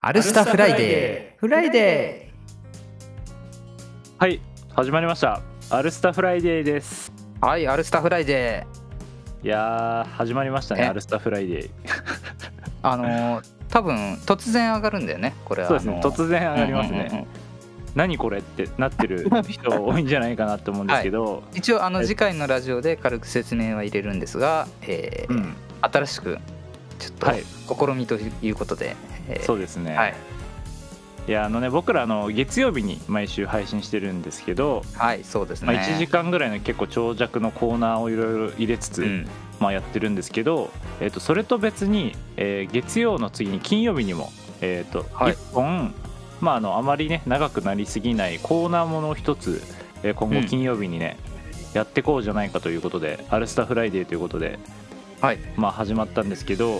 アルスタフライデーフライデはい、始まりました。アルスタフライデーです。 ー。はい、アルスタフライデいやー、始まりましたね、アルスタフライデー。 多分突然上がるんだよね、これは。 そうですね、突然上がりますね。何これってなってる人多いんじゃないかなと思うんですけど、 一応次回のラジオで軽く説明は入れるんですが、新しくちょっと試みということで、 そうですね。 はい。 いや僕ら月曜日に毎週配信してるんですけど、 はい、そうですね。 1時間ぐらいの結構長尺のコーナーをいろいろ入れつつ、やってるんですけど、それと別に、月曜の次に金曜日にも、1本、あまりね長くなりすぎないコーナーものを一つ、今後金曜日にね、やってこうじゃないかということで、アルスタフライデーということで、始まったんですけど、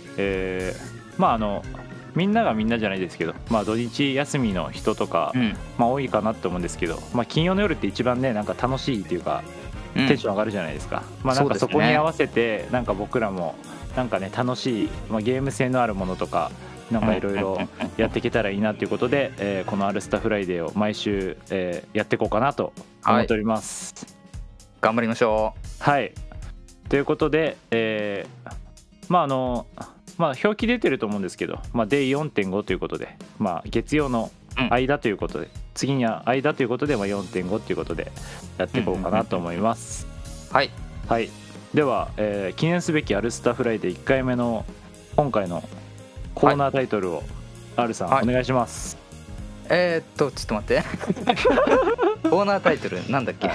みんながみんなじゃないですけど、土日休みの人とか、多いかなと思うんですけど、金曜の夜って一番ねなんか楽しいっていうか、テンション上がるじゃないですか。なんかそこに合わせてなんか僕らもなんかね楽しい、ゲーム性のあるものとかなんかいろいろやっていけたらいいなということで、このアルスタフライデーを毎週、やっていこうかなと思っております。 頑張りましょう。はい。ということで、表記出てると思うんですけど、デイ 4.5 ということで、月曜の間ということで、次には間ということで、4.5 ということでやっていこうかなと思います。 はい、 はい。では、記念すべきアルスタフライデー1回目の今回のコーナータイトルを、R さん、お願いします。 ちょっと待ってコーナータイトルなんだっけ。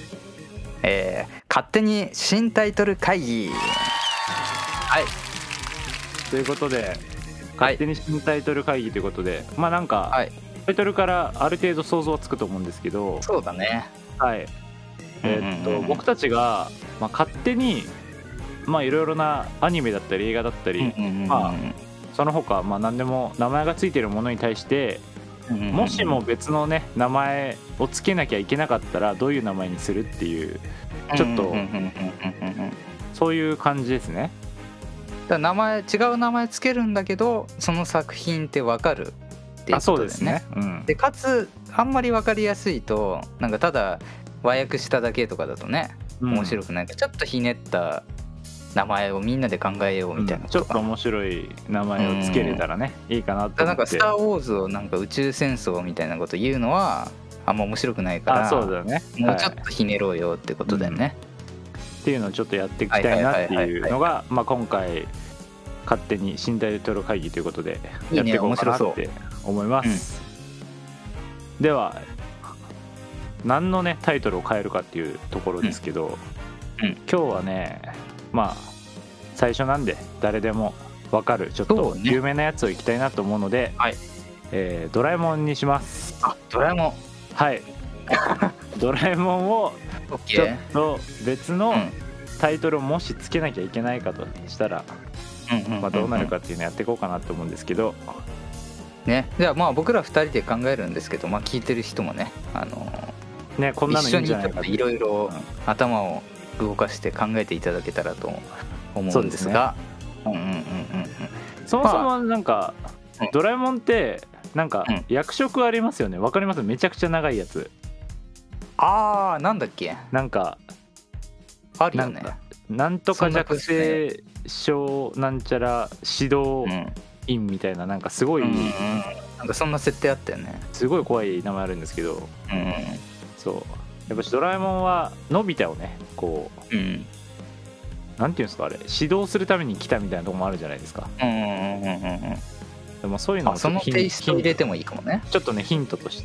勝手に新タイトル会議。はい、 ということで、勝手に新タイトル会議ということで、なんか、タイトルからある程度想像はつくと思うんですけど、 そうだね。 はい。僕たちが、勝手にいろいろなアニメだったり映画だったり、その他、何でも名前がついているものに対して、もしも別のね名前をつけなきゃいけなかったらどういう名前にするっていう、ちょっとそういう感じですね。 だから違う名前つけるんだけどその作品って分かるっていうことですね。 そうですね。 でかつあんまり分かりやすいとなんかただ和訳しただけとかだとね面白くないから、ちょっとひねった名前をみんなで考えようみたいな、 ちょっと面白い名前をつけれたらね、いいかなと思って。 なんかスター・ウォーズをなんか宇宙戦争みたいなこと言うのはあんま面白くないから、 そうだね、 もうちょっとひねろうよってことだよね、 っていうのをちょっとやっていきたいなっていうのが今回勝手に新タイトル会議ということでやっていこうかなって思います。では何のねタイトルを変えるかっていうところですけど、今日はね最初なんで誰でも分かるちょっと有名なやつをいきたいなと思うので、ドラえもんにします。 ドラえもん。 はい。ドラえもんをちょっと別のタイトルをもしつけなきゃいけないかとしたらどうなるかっていうのをやっていこうかなと思うんですけどね。じゃあ僕ら2人で考えるんですけど、聞いてる人もねこんなのいいんじゃないかっていろいろ頭を動かして考えていただけたらと思うんですが、 そもそもなんかドラえもんってなんか役職ありますよね。わかります？めちゃくちゃ長いやつ。 なんだっけ。 なんかあるよね。 なんとか弱性症なんちゃら指導員みたいな、なんかすごい、 なんかそんな設定あったよね。 すごい怖い名前あるんですけど、そうやっぱドラえもんはのび太をねこう、なんていうんですか、あれ指導するために来たみたいなとこもあるじゃないですか。でもそういうのをそのテイスト入れてもいいかもね。 ちょっとねヒントとして。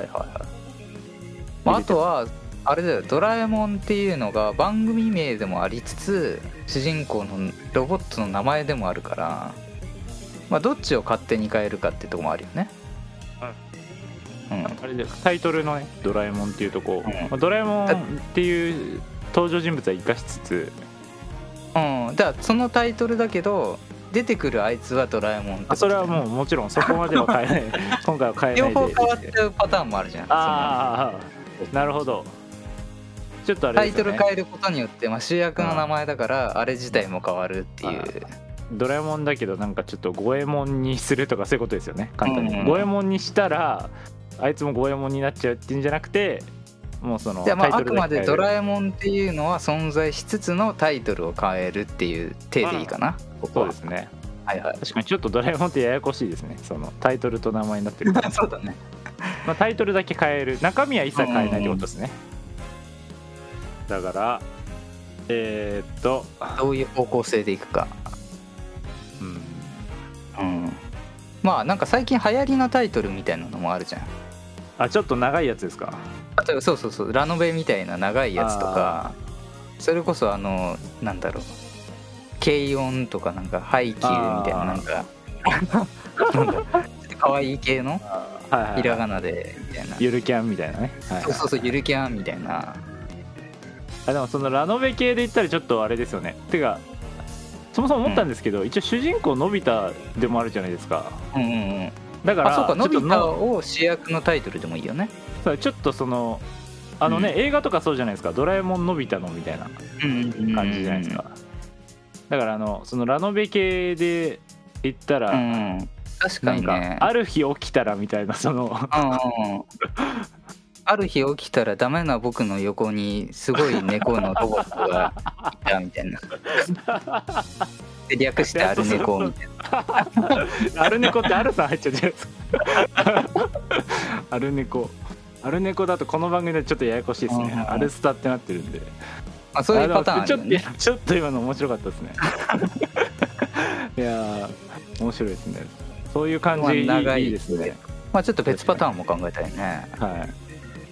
あとはあれだよ、ドラえもんっていうのが番組名でもありつつ主人公のロボットの名前でもあるから、どっちを勝手に変えるかってとこもあるよね。 あれでタイトルのねドラえもんっていうとこ、ドラえもんっていう登場人物は生かしつつ、 だからそのタイトルだけど出てくるあいつはドラえもんって、 それはもうもちろんそこまでは変えない今回は変えないで。 両方変わっちゃうパターンもあるじゃん。 なるほど。ちょっとあれタイトル変えることによって、主役の名前だからあれ自体も変わるっていうドラえもんだけどなんかちょっと五右衛門にするとかそういうことですよね、簡単に。五右衛門にしたらあいつも五右衛門になっちゃうっていうんじゃなくて、もうそのじゃあまああくタイトルだけ変える。 までドラえもんっていうのは存在しつつのタイトルを変えるっていう体でいいかな、ここは。 そうですね。 はいはい。 確かにちょっとドラえもんってややこしいですね、そのタイトルと名前になってるからそうだね。 まあタイトルだけ変える、中身は一切変えないってことですね。だからどういう方向性でいくか。まあなんか最近流行りのタイトルみたいなのもあるじゃん。 あ、ちょっと長いやつですか。 例えばそうそうそう、ラノベみたいな長いやつとか、それこそなんだろう、軽音とかなんかハイキューみたいな、なんかなんだ可愛い系のひらがなでみたいな、 ゆるキャンみたいなね、 そうそうそう、ゆるキャンみたいな。 でもそのラノベ系で言ったらちょっとあれですよね。てかそもそも思ったんですけど、一応主人公のび太でもあるじゃないですか。だからそうか、のび太を主役のタイトルでもいいよね。 ちょっとその映画とかそうじゃないですか、ドラえもんのび太のみたいな感じじゃないですか。だからそのラノベ系で言ったら、 確かにね、 ある日起きたらみたいな、そのある日起きたらダメな僕の横にすごい猫のロボットがいたみたいなで略してアルネコみたいなアルネコってアルさん入っちゃうじゃないですかアルネコだとこの番組でちょっとややこしいですね。アルスタってなってるんで、 そういうパターンあるよね。 ちょっと今の面白かったですねいや面白いですね。そういう感じ、長いですね。 ちょっと別パターンも考えたいね。 はい。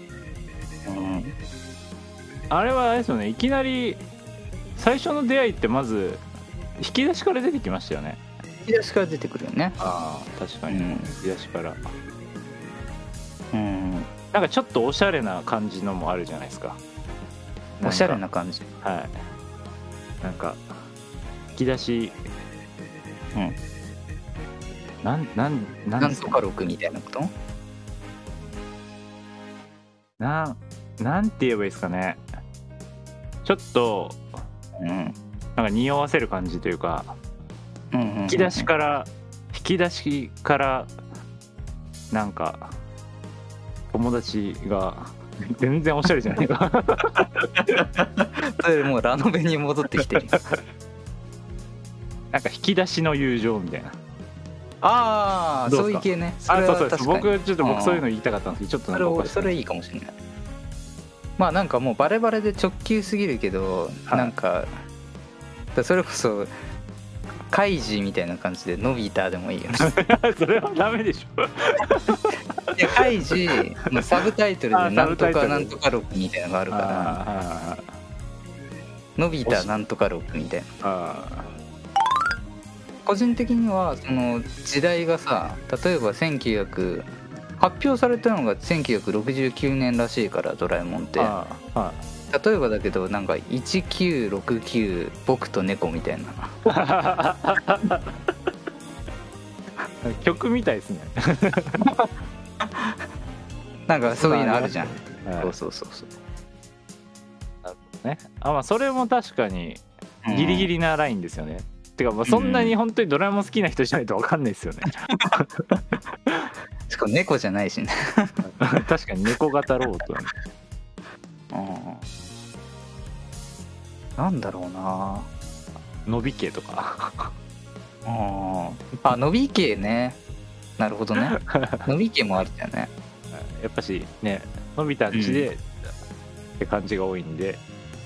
あれはあれですよね、いきなり最初の出会いってまず引き出しから出てきましたよね。 引き出しから出てくるよね。 確かに、引き出しから。なんかちょっとおしゃれな感じのもあるじゃないですか。 おしゃれな感じ。 はい。なんか引き出し、なんとか6みたいなこと？ なんて言えばいいですかね。ちょっと、なんか匂わせる感じというか、引き出しからなんか友達が全然おしゃれじゃないかそれもうラノベに戻ってきてるなんか引き出しの友情みたいな。 そういう系ね。 そう僕そういうの言いたかったんですけど、ちょっとなんかそれいいかもしれない。なんかもうバレバレで直球すぎるけど、なんかそれこそカイジみたいな感じでのび太でもいいよねそれはダメでしょいやカイジのサブタイトルでなんとかなんとか6みたいなのがあるからのび太なんとか6みたいな。個人的にはその時代がさ、例えば発表されたのが1969年らしいから、ドラえもんって。例えばだけどなんか1969僕と猫みたいな曲みたいですねなんかそういうのあるじゃん。そうなるほどね。 それも確かにギリギリなラインですよね。てかそんなに本当にドラえもん好きな人じゃないと分かんないですよねしかも猫じゃないしね確かに猫型ロボットだね。 なんだろうな、 のび系とかのび系ね。なるほどねのび系もありだよね。 やっぱしね、のび太んちで、って感じが多いんで。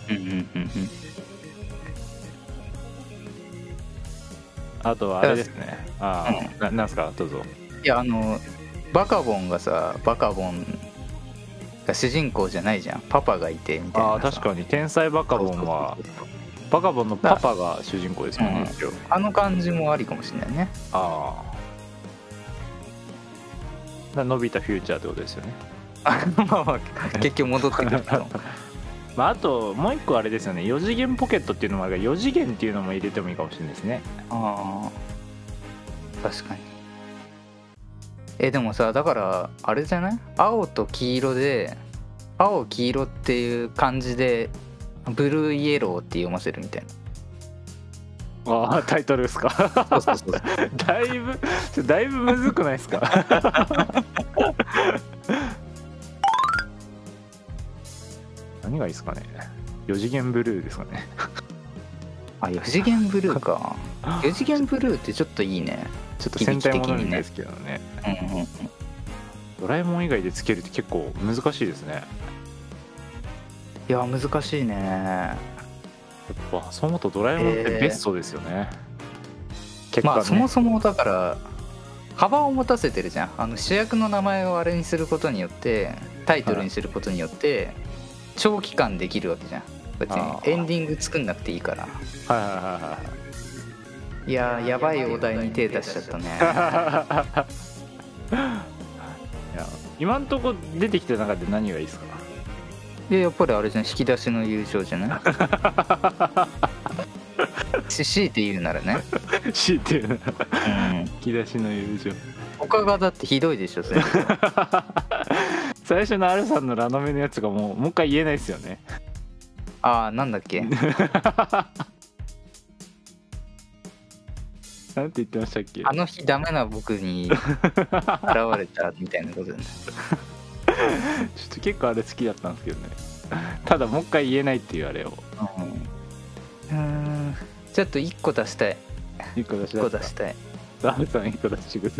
あとはあれですね。なんすか、どうぞ。 いやバカボンが主人公じゃないじゃん。パパがいてみたいな。 確かに天才バカボンはバカボンのパパが主人公ですもんね。 感じもありかもしれないね。 のび太フューチャーってことですよね結局戻ってくるとあともう一個あれですよね、4次元ポケットっていうのもあるから4次元っていうのも入れてもいいかもしれないですね。 確かに。でもさ、だからあれじゃない、青と黄色で青黄色っていう感じでブルーイエローって読ませるみたいああタイトルですか。 そうそうそうだいぶむずくないですか。何がいいですかね。4次元ブルーですかね。 あ、4次元ブルーか。4次元ブルーってちょっといいね。 ちょっと戦隊ものみたいですけどね。 うんうんうん。 ドラえもん以外でつけるって結構難しいですね。 いや難しいね。 やっぱそう思うとドラえもんってベストですよね。結果ね。 まあそもそもだから幅を持たせてるじゃん。主役の名前をあれにすることによって、タイトルにすることによって、長期間できるわけじゃん。別にエンディング作んなくていいから。 はいはいはいはい。 いややばいお題に手出しちゃったね。 いや今んとこ出てきた中で何がいいですか。 でやっぱりあれじゃん、引き出しの友情じゃない。強いて言うならね。 強いて言うなら、 うん、 引き出しの友情。 他がだってひどいでしょそれ。 最初のアルさんのラノベのやつがもう一回言えないですよね。 ああなんだっけ。 なんて言ってましたっけ。 あの日ダメな僕に現れたみたいなことだね。 ちょっと結構あれ好きだったんですけどね。ただもう一回言えないっていうあれを。 ちょっと1個出したい。 1個出したい。ダメさん1個出してくださ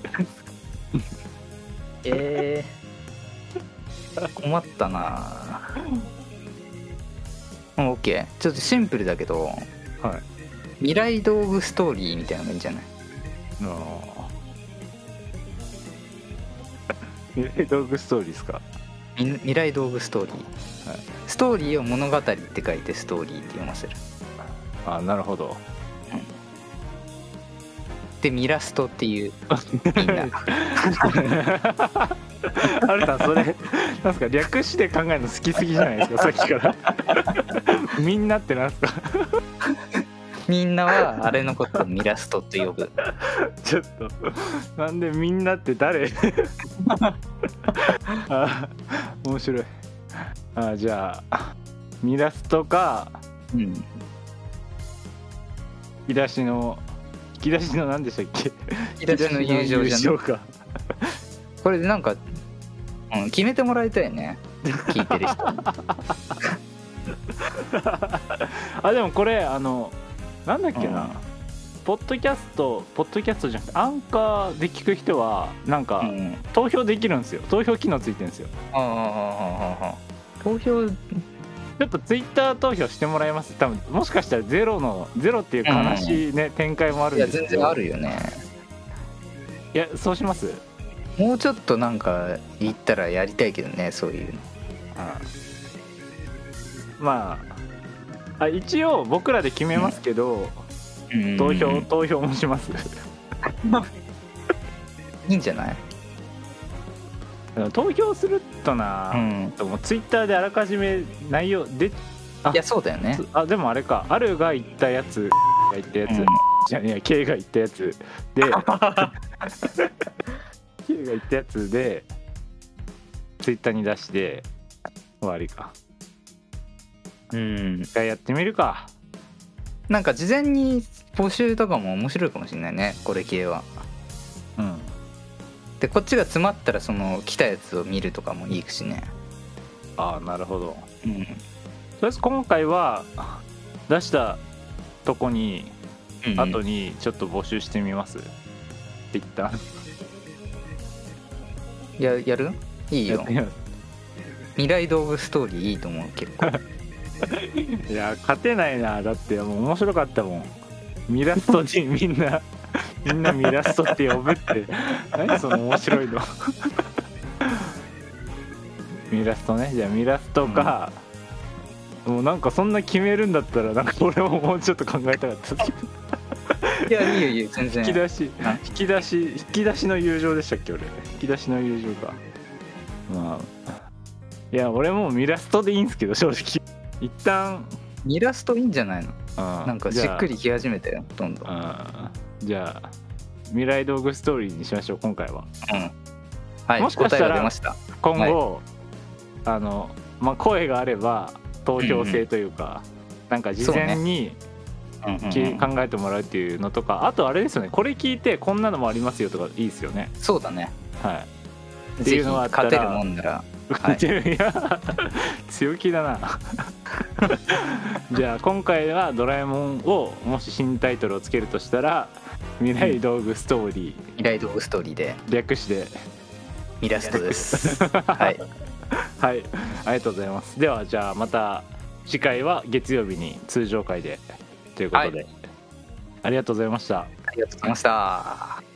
い。 困ったな。OK。ちょっとシンプルだけど、 はい、 未来道具ストーリーみたいなのがいいんじゃない。 未来道具ストーリーですか。 未来道具ストーリー、はい、ストーリーを物語って書いてストーリーって読ませる。 あ、なるほど、 うん、でミラストっていうみんなあれさんそれなんすか、略して考えるの好きすぎじゃないですかさっきからみんなってなんすか。 みんなはあれのことをミラストって呼ぶ。 ちょっとなんでみんなって誰。あ、面白い。あ、じゃあミラストか、 うん、 引き出しの何でしたっけ。 引き出しの友情じゃん。これでなんか、決めてもらいたいね、聞いてる人に。 あ、でもこれなんだっけな、ポッドキャストじゃなくてアンカーで聞く人はなんか投票できるんですよ。投票機能ついてるんですよ。 投票ちょっとツイッター投票してもらいます。多分もしかしたらゼロっていう悲しいね、展開もあるんですけど。 いや全然あるよね。 いや、そうします。 もうちょっとなんか言ったらやりたいけどね、そういうの。 まあ一応僕らで決めますけど、投票もします。 いいんじゃない。 投票するとな、もうツイッターであらかじめ内容で、いやそうだよね。 でもあれか、あるが言ったやつが言ったやつ、じゃねえ、K が言ったやつでK が言ったやつでツイッターに出して終わりか。一回やってみるか。 なんか事前に募集とかも面白いかもしれないね、これ系は。でこっちが詰まったらその来たやつを見るとかもいいしね。 ああ、なるほど。とりあえず今回は出したとこに、後にちょっと募集してみます。一旦やる？いいよ。未来道具ストーリーいいと思う結構。いや勝てないな。だってもう面白かったもん。ミラストにみんなミラストって呼ぶって何その面白いの。ミラストね。じゃあミラストか、もうなんかそんな決めるんだったらなんか俺ももうちょっと考えたかったですけど。 いやいいよ全然。引き出しの友情でしたっけ。俺引き出しの友情か。まあいや俺もミラストでいいんすけど正直。一旦ミラストいいんじゃないの。なんかしっくりき始めたよどんどん。 じゃあ未来道具ストーリーにしましょう今回は。 はい、 もしかしたら今後、 はい、 声があれば投票制というか、なんか事前に考えてもらうっていうのとか、あとあれですよね、これ聞いてこんなのもありますよとかいいですよね。 そうだね、 はい、っていうのがあったら勝てるもんなら、 はい、いや強気だなじゃあ今回はドラえもんをもし新タイトルをつけるとしたら未来道具ストーリー、 未来道具ストーリーで略してミラストですはいはい、ありがとうございます。ではじゃあまた次回は月曜日に通常回でということで、はい、ありがとうございました。 ありがとうございました。